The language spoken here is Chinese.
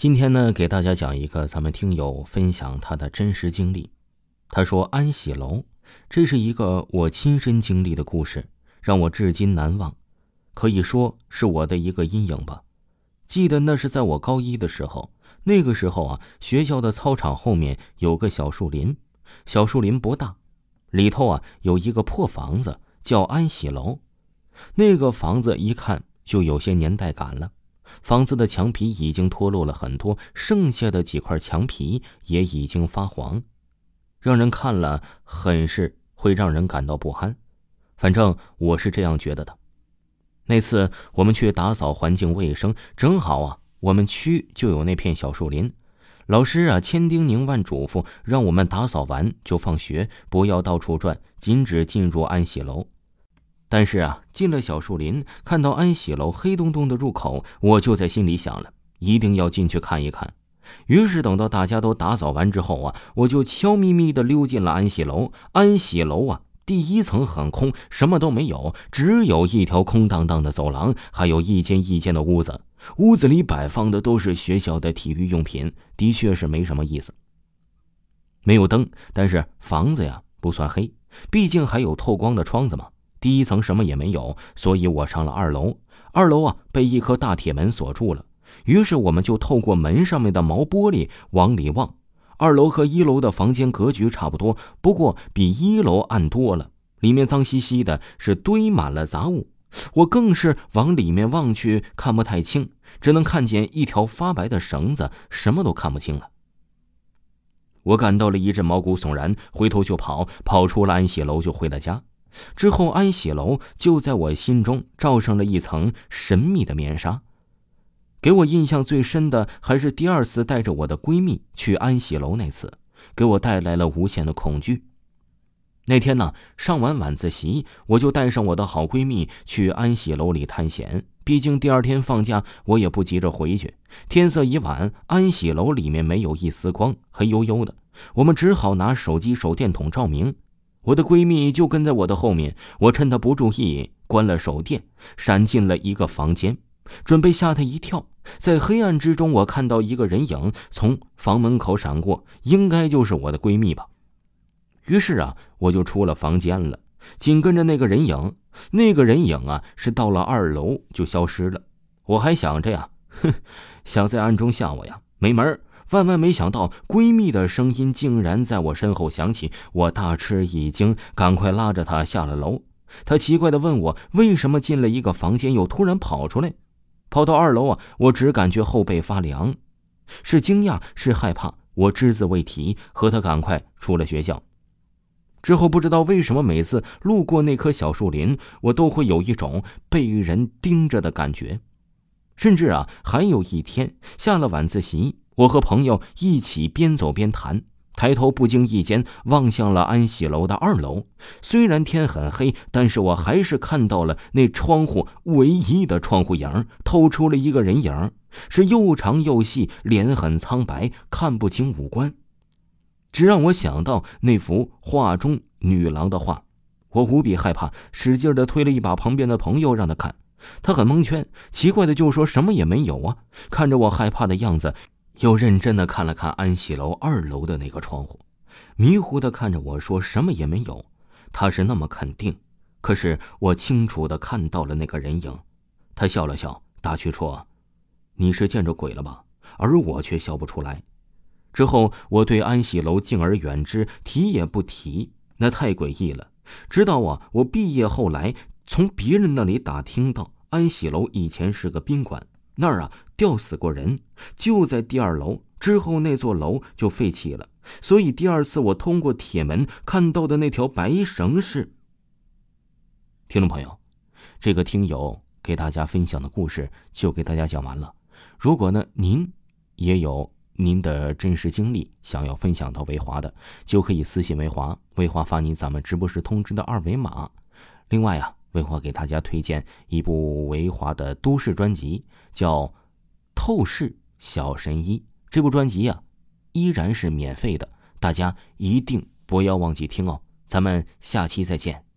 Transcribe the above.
今天呢，给大家讲一个咱们听友分享他的真实经历。他说安喜楼，这是一个我亲身经历的故事，让我至今难忘，可以说是我的一个阴影吧。记得那是在我高一的时候，那个时候啊，学校的操场后面有个小树林，小树林不大，里头啊有一个破房子，叫安喜楼。那个房子一看就有些年代感了。房子的墙皮已经脱落了很多，剩下的几块墙皮也已经发黄，让人看了很是会让人感到不安。反正我是这样觉得的。那次我们去打扫环境卫生，正好啊，我们区就有那片小树林。老师啊千叮咛万嘱咐，让我们打扫完就放学，不要到处转，禁止进入安喜楼。但是啊，进了小树林，看到安喜楼黑洞洞的入口，我就在心里想了，一定要进去看一看。于是等到大家都打扫完之后啊，我就悄咪咪地溜进了安喜楼。安喜楼啊，第一层很空，什么都没有，只有一条空荡荡的走廊，还有一间一间的屋子。屋子里摆放的都是学校的体育用品，的确是没什么意思。没有灯，但是房子呀不算黑，毕竟还有透光的窗子嘛。第一层什么也没有，所以我上了二楼。二楼啊被一颗大铁门锁住了，于是我们就透过门上面的毛玻璃往里望。二楼和一楼的房间格局差不多，不过比一楼暗多了，里面脏兮兮的，是堆满了杂物。我更是往里面望去看不太清，只能看见一条发白的绳子，什么都看不清了。我感到了一阵毛骨悚然，回头就跑出了安喜楼就回了家。之后安喜楼就在我心中罩上了一层神秘的面纱。给我印象最深的还是第二次带着我的闺蜜去安喜楼那次，给我带来了无限的恐惧。那天呢，上完晚自习，我就带上我的好闺蜜去安喜楼里探险，毕竟第二天放假，我也不急着回去。天色已晚，安喜楼里面没有一丝光，黑黝黝的，我们只好拿手机手电筒照明。我的闺蜜就跟在我的后面，我趁她不注意关了手电，闪进了一个房间，准备吓她一跳。在黑暗之中，我看到一个人影从房门口闪过，应该就是我的闺蜜吧。于是啊，我就出了房间了，紧跟着那个人影啊是到了二楼就消失了。我还想着呀，想在暗中吓我呀，没门儿。万万没想到，闺蜜的声音竟然在我身后响起，我大吃一惊，赶快拉着她下了楼。她奇怪地问我，为什么进了一个房间又突然跑出来？跑到二楼啊，我只感觉后背发凉，是惊讶是害怕，我只字未提，和她赶快出了学校。之后不知道为什么，每次路过那棵小树林，我都会有一种被人盯着的感觉。甚至啊，还有一天下了晚自习，我和朋友一起边走边谈，抬头不经意间望向了安喜楼的二楼。虽然天很黑，但是我还是看到了那窗户唯一的窗户影，透出了一个人影，是又长又细，脸很苍白，看不清五官，只让我想到那幅画中女郎的画。我无比害怕，使劲地推了一把旁边的朋友让他看。他很蒙圈，奇怪的就说什么也没有啊。看着我害怕的样子，又认真地看了看安喜楼二楼的那个窗户，迷糊地看着我说什么也没有。他是那么肯定，可是我清楚地看到了那个人影。他笑了笑，打趣说，你是见着鬼了吧？而我却笑不出来。之后我对安喜楼敬而远之，提也不提，那太诡异了。直到我毕业后来从别人那里打听到，安喜楼以前是个宾馆，那儿啊吊死过人，就在第二楼。之后那座楼就废弃了，所以第二次我通过铁门看到的那条白绳是……听众朋友，这个听友给大家分享的故事就给大家讲完了。如果呢您也有您的真实经历想要分享到维华的，就可以私信维华，维华发您咱们直播时通知的二维码。另外啊，维华给大家推荐一部维华的都市专辑，叫《透视小神医》。这部专辑啊依然是免费的，大家一定不要忘记听哦。咱们下期再见。